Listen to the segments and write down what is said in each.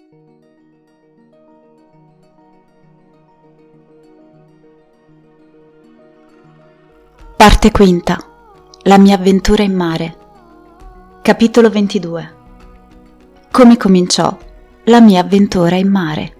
Parte quinta. La mia avventura in mare. Capitolo 22. Come cominciò la mia avventura in mare.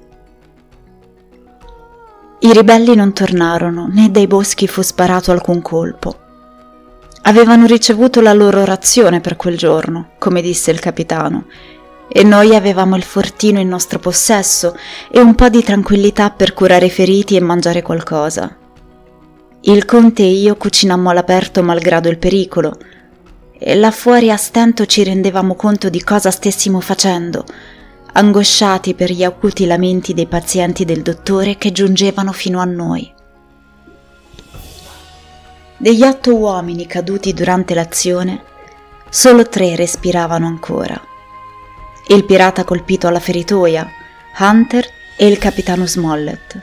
I ribelli non tornarono, né dai boschi fu sparato alcun colpo. Avevano ricevuto la loro razione per quel giorno, come disse il capitano, e noi avevamo il fortino in nostro possesso e un po' di tranquillità per curare i feriti e mangiare qualcosa. Il conte e io cucinammo all'aperto malgrado il pericolo, e là fuori a stento ci rendevamo conto di cosa stessimo facendo, angosciati per gli acuti lamenti dei pazienti del dottore che giungevano fino a noi. Degli 8 uomini caduti durante l'azione, solo 3 respiravano ancora. Il pirata colpito alla feritoia, Hunter e il capitano Smollett.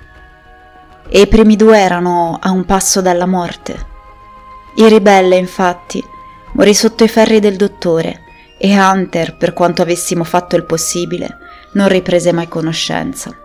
E i primi 2 erano a un passo dalla morte. Il ribelle, infatti, morì sotto i ferri del dottore e Hunter, per quanto avessimo fatto il possibile, non riprese mai conoscenza.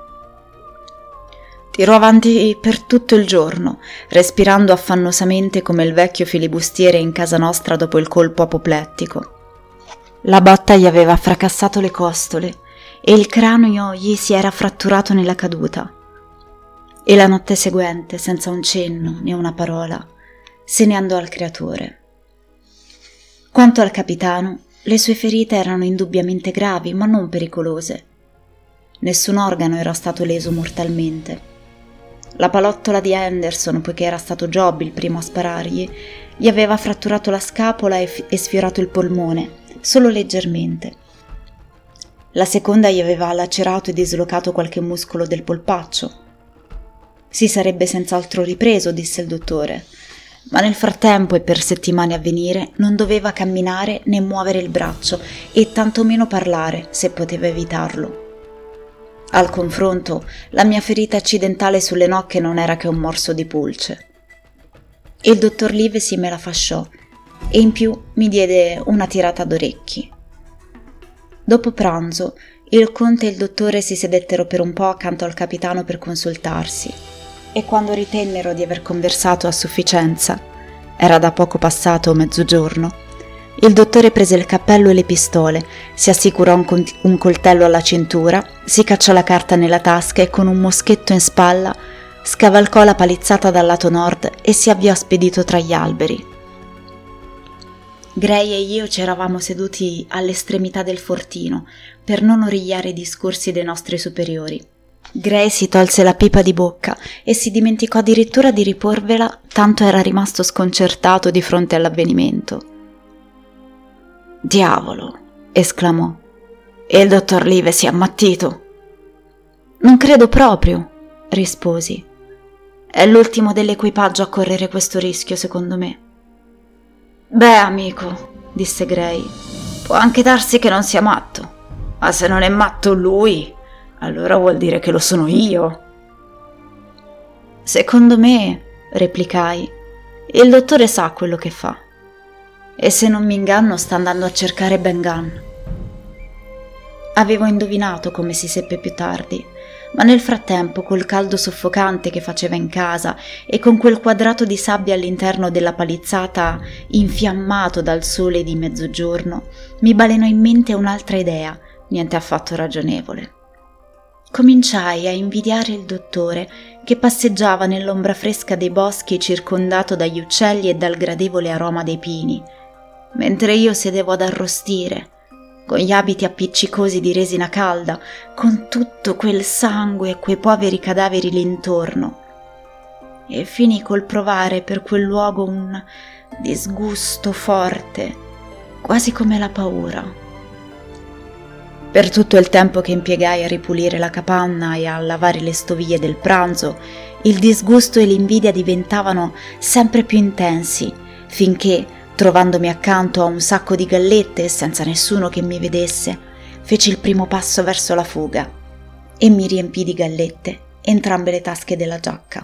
Tirò avanti per tutto il giorno, respirando affannosamente come il vecchio filibustiere in casa nostra dopo il colpo apoplettico. La botta gli aveva fracassato le costole e il cranio gli si era fratturato nella caduta. E la notte seguente, senza un cenno né una parola, se ne andò al creatore. Quanto al capitano, le sue ferite erano indubbiamente gravi, ma non pericolose. Nessun organo era stato leso mortalmente. La palottola di Henderson, poiché era stato Job il primo a sparargli, gli aveva fratturato la scapola e sfiorato il polmone, solo leggermente. La seconda gli aveva lacerato e dislocato qualche muscolo del polpaccio. Si sarebbe senz'altro ripreso, disse il dottore, ma nel frattempo e per settimane a venire non doveva camminare né muovere il braccio e tantomeno parlare, se poteva evitarlo. Al confronto, la mia ferita accidentale sulle nocche non era che un morso di pulce. Il dottor Livesey me la fasciò e in più mi diede una tirata d'orecchi. Dopo pranzo, il conte e il dottore si sedettero per un po' accanto al capitano per consultarsi. E quando ritennero di aver conversato a sufficienza, era da poco passato mezzogiorno, il dottore prese il cappello e le pistole, si assicurò un coltello alla cintura, si cacciò la carta nella tasca e con un moschetto in spalla scavalcò la palizzata dal lato nord e si avviò spedito tra gli alberi. Gray e io ci eravamo seduti all'estremità del fortino per non origliare i discorsi dei nostri superiori. Gray si tolse la pipa di bocca e si dimenticò addirittura di riporvela, tanto era rimasto sconcertato di fronte all'avvenimento. «Diavolo!» esclamò. «E il dottor Livesey è ammattito?» «Non credo proprio», risposi. «È l'ultimo dell'equipaggio a correre questo rischio, secondo me». «Beh, amico», disse Gray, «può anche darsi che non sia matto, ma se non è matto lui, allora vuol dire che lo sono io». «Secondo me», replicai, «il dottore sa quello che fa. E se non mi inganno sta andando a cercare Ben Gunn». Avevo indovinato, come si seppe più tardi, ma nel frattempo, col caldo soffocante che faceva in casa e con quel quadrato di sabbia all'interno della palizzata infiammato dal sole di mezzogiorno, mi balenò in mente un'altra idea, niente affatto ragionevole. Cominciai a invidiare il dottore che passeggiava nell'ombra fresca dei boschi circondato dagli uccelli e dal gradevole aroma dei pini, mentre io sedevo ad arrostire, con gli abiti appiccicosi di resina calda, con tutto quel sangue e quei poveri cadaveri lì intorno. E finì col provare per quel luogo un disgusto forte, quasi come la paura. Per tutto il tempo che impiegai a ripulire la capanna e a lavare le stoviglie del pranzo, il disgusto e l'invidia diventavano sempre più intensi, finché, trovandomi accanto a un sacco di gallette e senza nessuno che mi vedesse, feci il primo passo verso la fuga e mi riempii di gallette entrambe le tasche della giacca.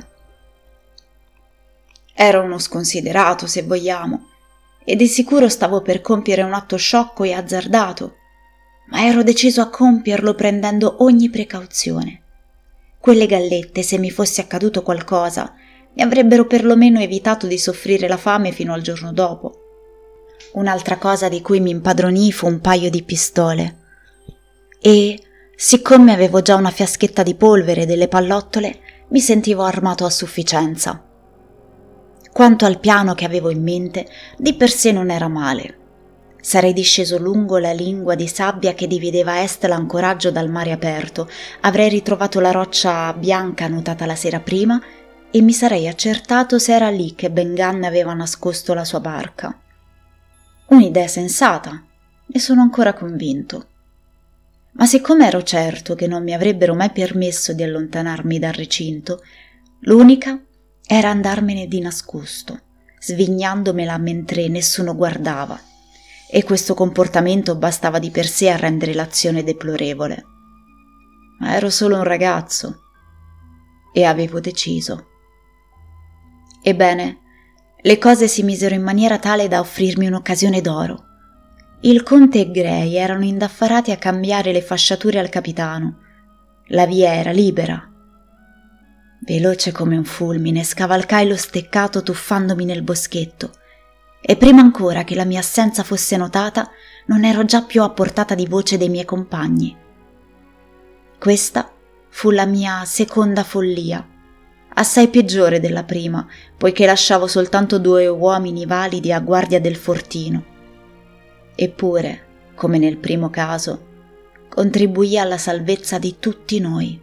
Ero uno sconsiderato, se vogliamo, e di sicuro stavo per compiere un atto sciocco e azzardato, ma ero deciso a compierlo prendendo ogni precauzione. Quelle gallette, se mi fosse accaduto qualcosa, mi avrebbero perlomeno evitato di soffrire la fame fino al giorno dopo. Un'altra cosa di cui mi impadronii fu un paio di pistole. E, siccome avevo già una fiaschetta di polvere e delle pallottole, mi sentivo armato a sufficienza. Quanto al piano che avevo in mente, di per sé non era male. Sarei disceso lungo la lingua di sabbia che divideva a est l'ancoraggio dal mare aperto, avrei ritrovato la roccia bianca notata la sera prima e mi sarei accertato se era lì che Ben Gunn aveva nascosto la sua barca. Un'idea sensata, ne sono ancora convinto. Ma siccome ero certo che non mi avrebbero mai permesso di allontanarmi dal recinto, l'unica era andarmene di nascosto, svignandomela mentre nessuno guardava, e questo comportamento bastava di per sé a rendere l'azione deplorevole. Ma ero solo un ragazzo e avevo deciso. Ebbene, le cose si misero in maniera tale da offrirmi un'occasione d'oro. Il conte e Gray erano indaffarati a cambiare le fasciature al capitano. La via era libera. Veloce come un fulmine scavalcai lo steccato tuffandomi nel boschetto e prima ancora che la mia assenza fosse notata non ero già più a portata di voce dei miei compagni. Questa fu la mia seconda follia, assai peggiore della prima, poiché lasciavo soltanto 2 uomini validi a guardia del fortino. Eppure, come nel primo caso, contribuì alla salvezza di tutti noi.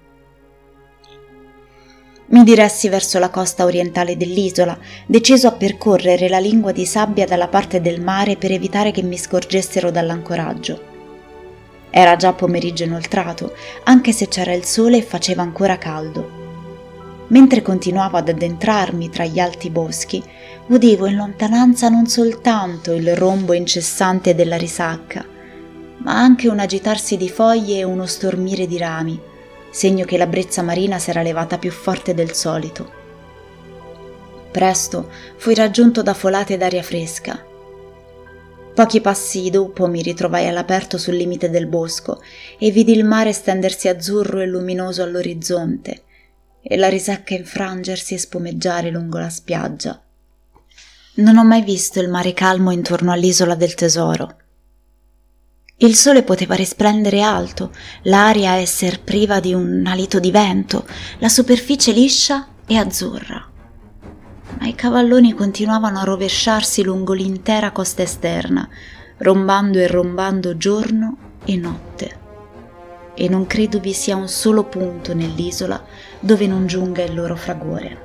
Mi diressi verso la costa orientale dell'isola, deciso a percorrere la lingua di sabbia dalla parte del mare per evitare che mi scorgessero dall'ancoraggio. Era già pomeriggio inoltrato, anche se c'era il sole e faceva ancora caldo. Mentre continuavo ad addentrarmi tra gli alti boschi, udivo in lontananza non soltanto il rombo incessante della risacca, ma anche un agitarsi di foglie e uno stormire di rami, segno che la brezza marina s'era levata più forte del solito. Presto fui raggiunto da folate d'aria fresca. Pochi passi dopo mi ritrovai all'aperto sul limite del bosco e vidi il mare stendersi azzurro e luminoso all'orizzonte e la risacca infrangersi e spumeggiare lungo la spiaggia. Non ho mai visto il mare calmo intorno all'isola del tesoro. Il sole poteva risplendere alto, l'aria esser priva di un alito di vento, la superficie liscia e azzurra. Ma i cavalloni continuavano a rovesciarsi lungo l'intera costa esterna, rombando e rombando giorno e notte. E non credo vi sia un solo punto nell'isola dove non giunga il loro fragore.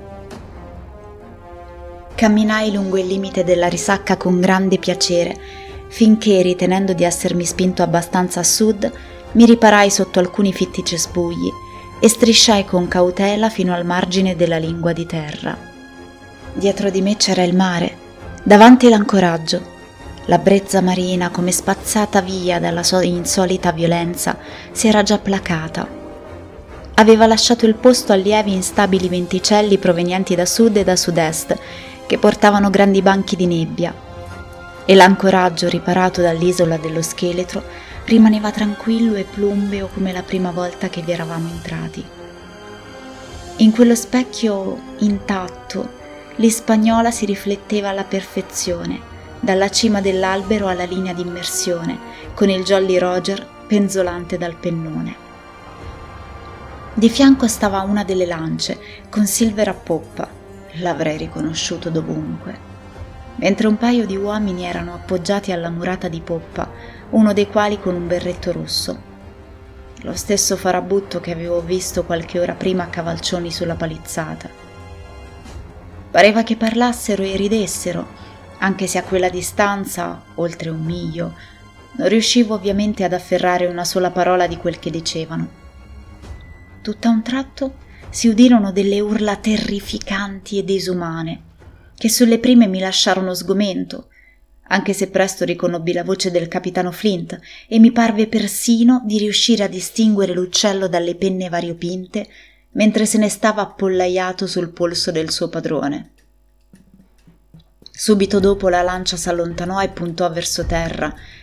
Camminai lungo il limite della risacca con grande piacere, finché, ritenendo di essermi spinto abbastanza a sud, mi riparai sotto alcuni fitti cespugli e strisciai con cautela fino al margine della lingua di terra. Dietro di me c'era il mare, davanti l'ancoraggio. La brezza marina, come spazzata via dalla sua insolita violenza, si era già placata. Aveva lasciato il posto a lievi instabili venticelli provenienti da sud e da sud-est, che portavano grandi banchi di nebbia, e l'ancoraggio riparato dall'isola dello scheletro rimaneva tranquillo e plumbeo come la prima volta che vi eravamo entrati. In quello specchio intatto l'Ispagnola si rifletteva alla perfezione, dalla cima dell'albero alla linea di immersione, con il Jolly Roger penzolante dal pennone. Di fianco stava una delle lance, con Silver a poppa, l'avrei riconosciuto dovunque, mentre un paio di uomini erano appoggiati alla murata di poppa, uno dei quali con un berretto rosso. Lo stesso farabutto che avevo visto qualche ora prima a cavalcioni sulla palizzata. Pareva che parlassero e ridessero, anche se a quella distanza, oltre 1 miglio, non riuscivo ovviamente ad afferrare una sola parola di quel che dicevano. Tutt'a un tratto si udirono delle urla terrificanti e disumane, che sulle prime mi lasciarono sgomento, anche se presto riconobbi la voce del capitano Flint e mi parve persino di riuscire a distinguere l'uccello dalle penne variopinte mentre se ne stava appollaiato sul polso del suo padrone. Subito dopo la lancia s'allontanò e puntò verso terra,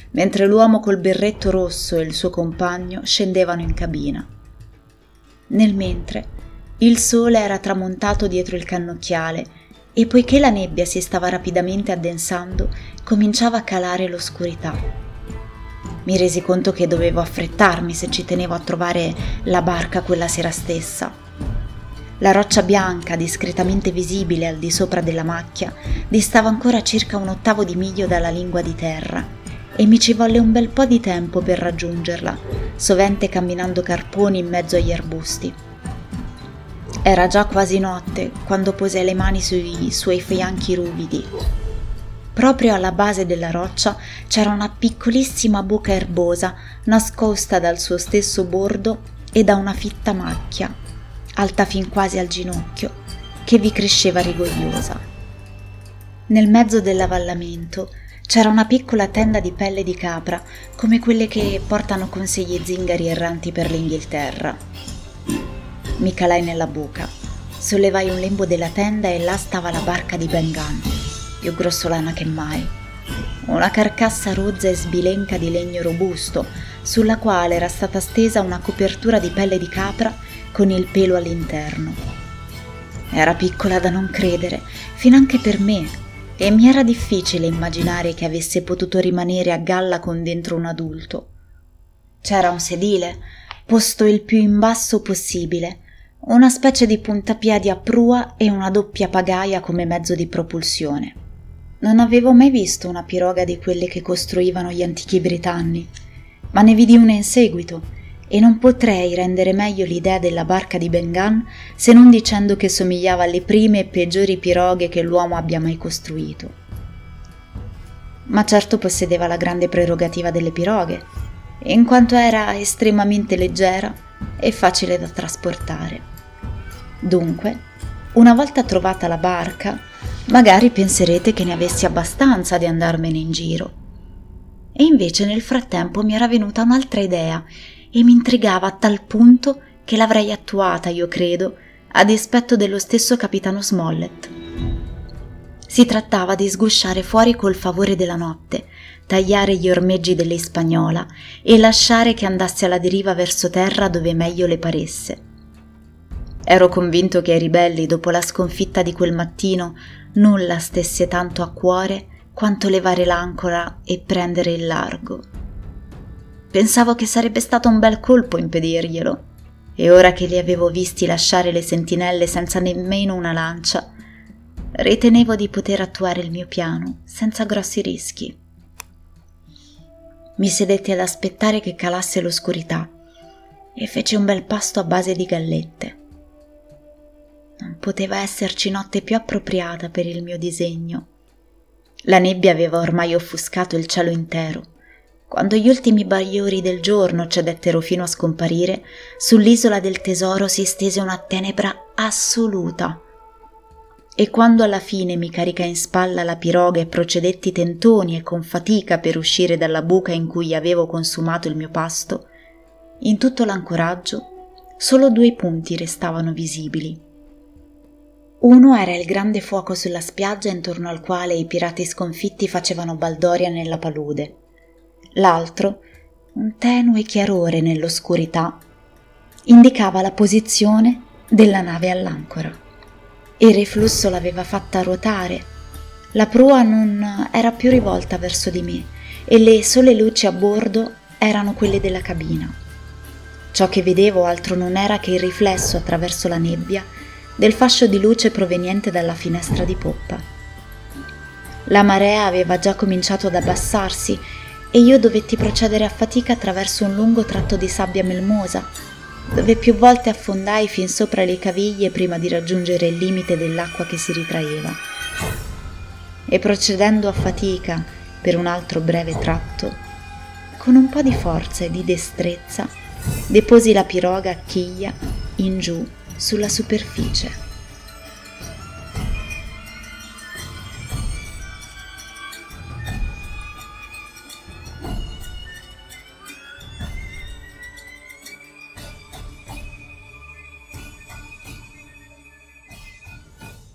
mentre l'uomo col berretto rosso e il suo compagno scendevano in cabina. Nel mentre, il sole era tramontato dietro il cannocchiale e poiché la nebbia si stava rapidamente addensando, cominciava a calare l'oscurità. Mi resi conto che dovevo affrettarmi se ci tenevo a trovare la barca quella sera stessa. La roccia bianca, discretamente visibile al di sopra della macchia, distava ancora circa 1/8 di miglio dalla lingua di terra e mi ci volle un bel po' di tempo per raggiungerla, sovente camminando carponi in mezzo agli arbusti. Era già quasi notte quando pose le mani sui suoi fianchi ruvidi. Proprio alla base della roccia c'era una piccolissima buca erbosa nascosta dal suo stesso bordo e da una fitta macchia, alta fin quasi al ginocchio, che vi cresceva rigogliosa. Nel mezzo dell'avvallamento c'era una piccola tenda di pelle di capra, come quelle che portano con sé gli zingari erranti per l'Inghilterra. Mi calai nella buca, sollevai un lembo della tenda e là stava la barca di Ben Gunn, più grossolana che mai. Una carcassa rozza e sbilenca di legno robusto, sulla quale era stata stesa una copertura di pelle di capra con il pelo all'interno. Era piccola da non credere, finanche per me, e mi era difficile immaginare che avesse potuto rimanere a galla con dentro un adulto. C'era un sedile, posto il più in basso possibile, una specie di puntapiedi a prua e una doppia pagaia come mezzo di propulsione. Non avevo mai visto una piroga di quelle che costruivano gli antichi britanni, ma ne vidi una in seguito e non potrei rendere meglio l'idea della barca di Ben Gunn se non dicendo che somigliava alle prime e peggiori piroghe che l'uomo abbia mai costruito. Ma certo possedeva la grande prerogativa delle piroghe, in quanto era estremamente leggera e facile da trasportare. Dunque, una volta trovata la barca, magari penserete che ne avessi abbastanza di andarmene in giro. E invece nel frattempo mi era venuta un'altra idea e mi intrigava a tal punto che l'avrei attuata, io credo, a dispetto dello stesso capitano Smollett. Si trattava di sgusciare fuori col favore della notte, tagliare gli ormeggi dell'Hispagnola e lasciare che andasse alla deriva verso terra dove meglio le paresse. Ero convinto che ai ribelli, dopo la sconfitta di quel mattino, nulla stesse tanto a cuore quanto levare l'ancora e prendere il largo. Pensavo che sarebbe stato un bel colpo impedirglielo, e ora che li avevo visti lasciare le sentinelle senza nemmeno una lancia, ritenevo di poter attuare il mio piano senza grossi rischi. Mi sedetti ad aspettare che calasse l'oscurità e feci un bel pasto a base di gallette. Non poteva esserci notte più appropriata per il mio disegno. La nebbia aveva ormai offuscato il cielo intero. Quando gli ultimi bagliori del giorno cedettero fino a scomparire, sull'isola del tesoro si stese una tenebra assoluta. E quando alla fine mi caricai in spalla la piroga e procedetti tentoni e con fatica per uscire dalla buca in cui avevo consumato il mio pasto, in tutto l'ancoraggio solo 2 punti restavano visibili. Uno era il grande fuoco sulla spiaggia intorno al quale i pirati sconfitti facevano baldoria nella palude. L'altro, un tenue chiarore nell'oscurità, indicava la posizione della nave all'ancora. Il riflusso l'aveva fatta ruotare, la prua non era più rivolta verso di me e le sole luci a bordo erano quelle della cabina. Ciò che vedevo altro non era che il riflesso attraverso la nebbia del fascio di luce proveniente dalla finestra di poppa. La marea aveva già cominciato ad abbassarsi e io dovetti procedere a fatica attraverso un lungo tratto di sabbia melmosa, dove più volte affondai fin sopra le caviglie prima di raggiungere il limite dell'acqua che si ritraeva. E procedendo a fatica per un altro breve tratto, con un po' di forza e di destrezza, deposi la piroga a chiglia in giù sulla superficie.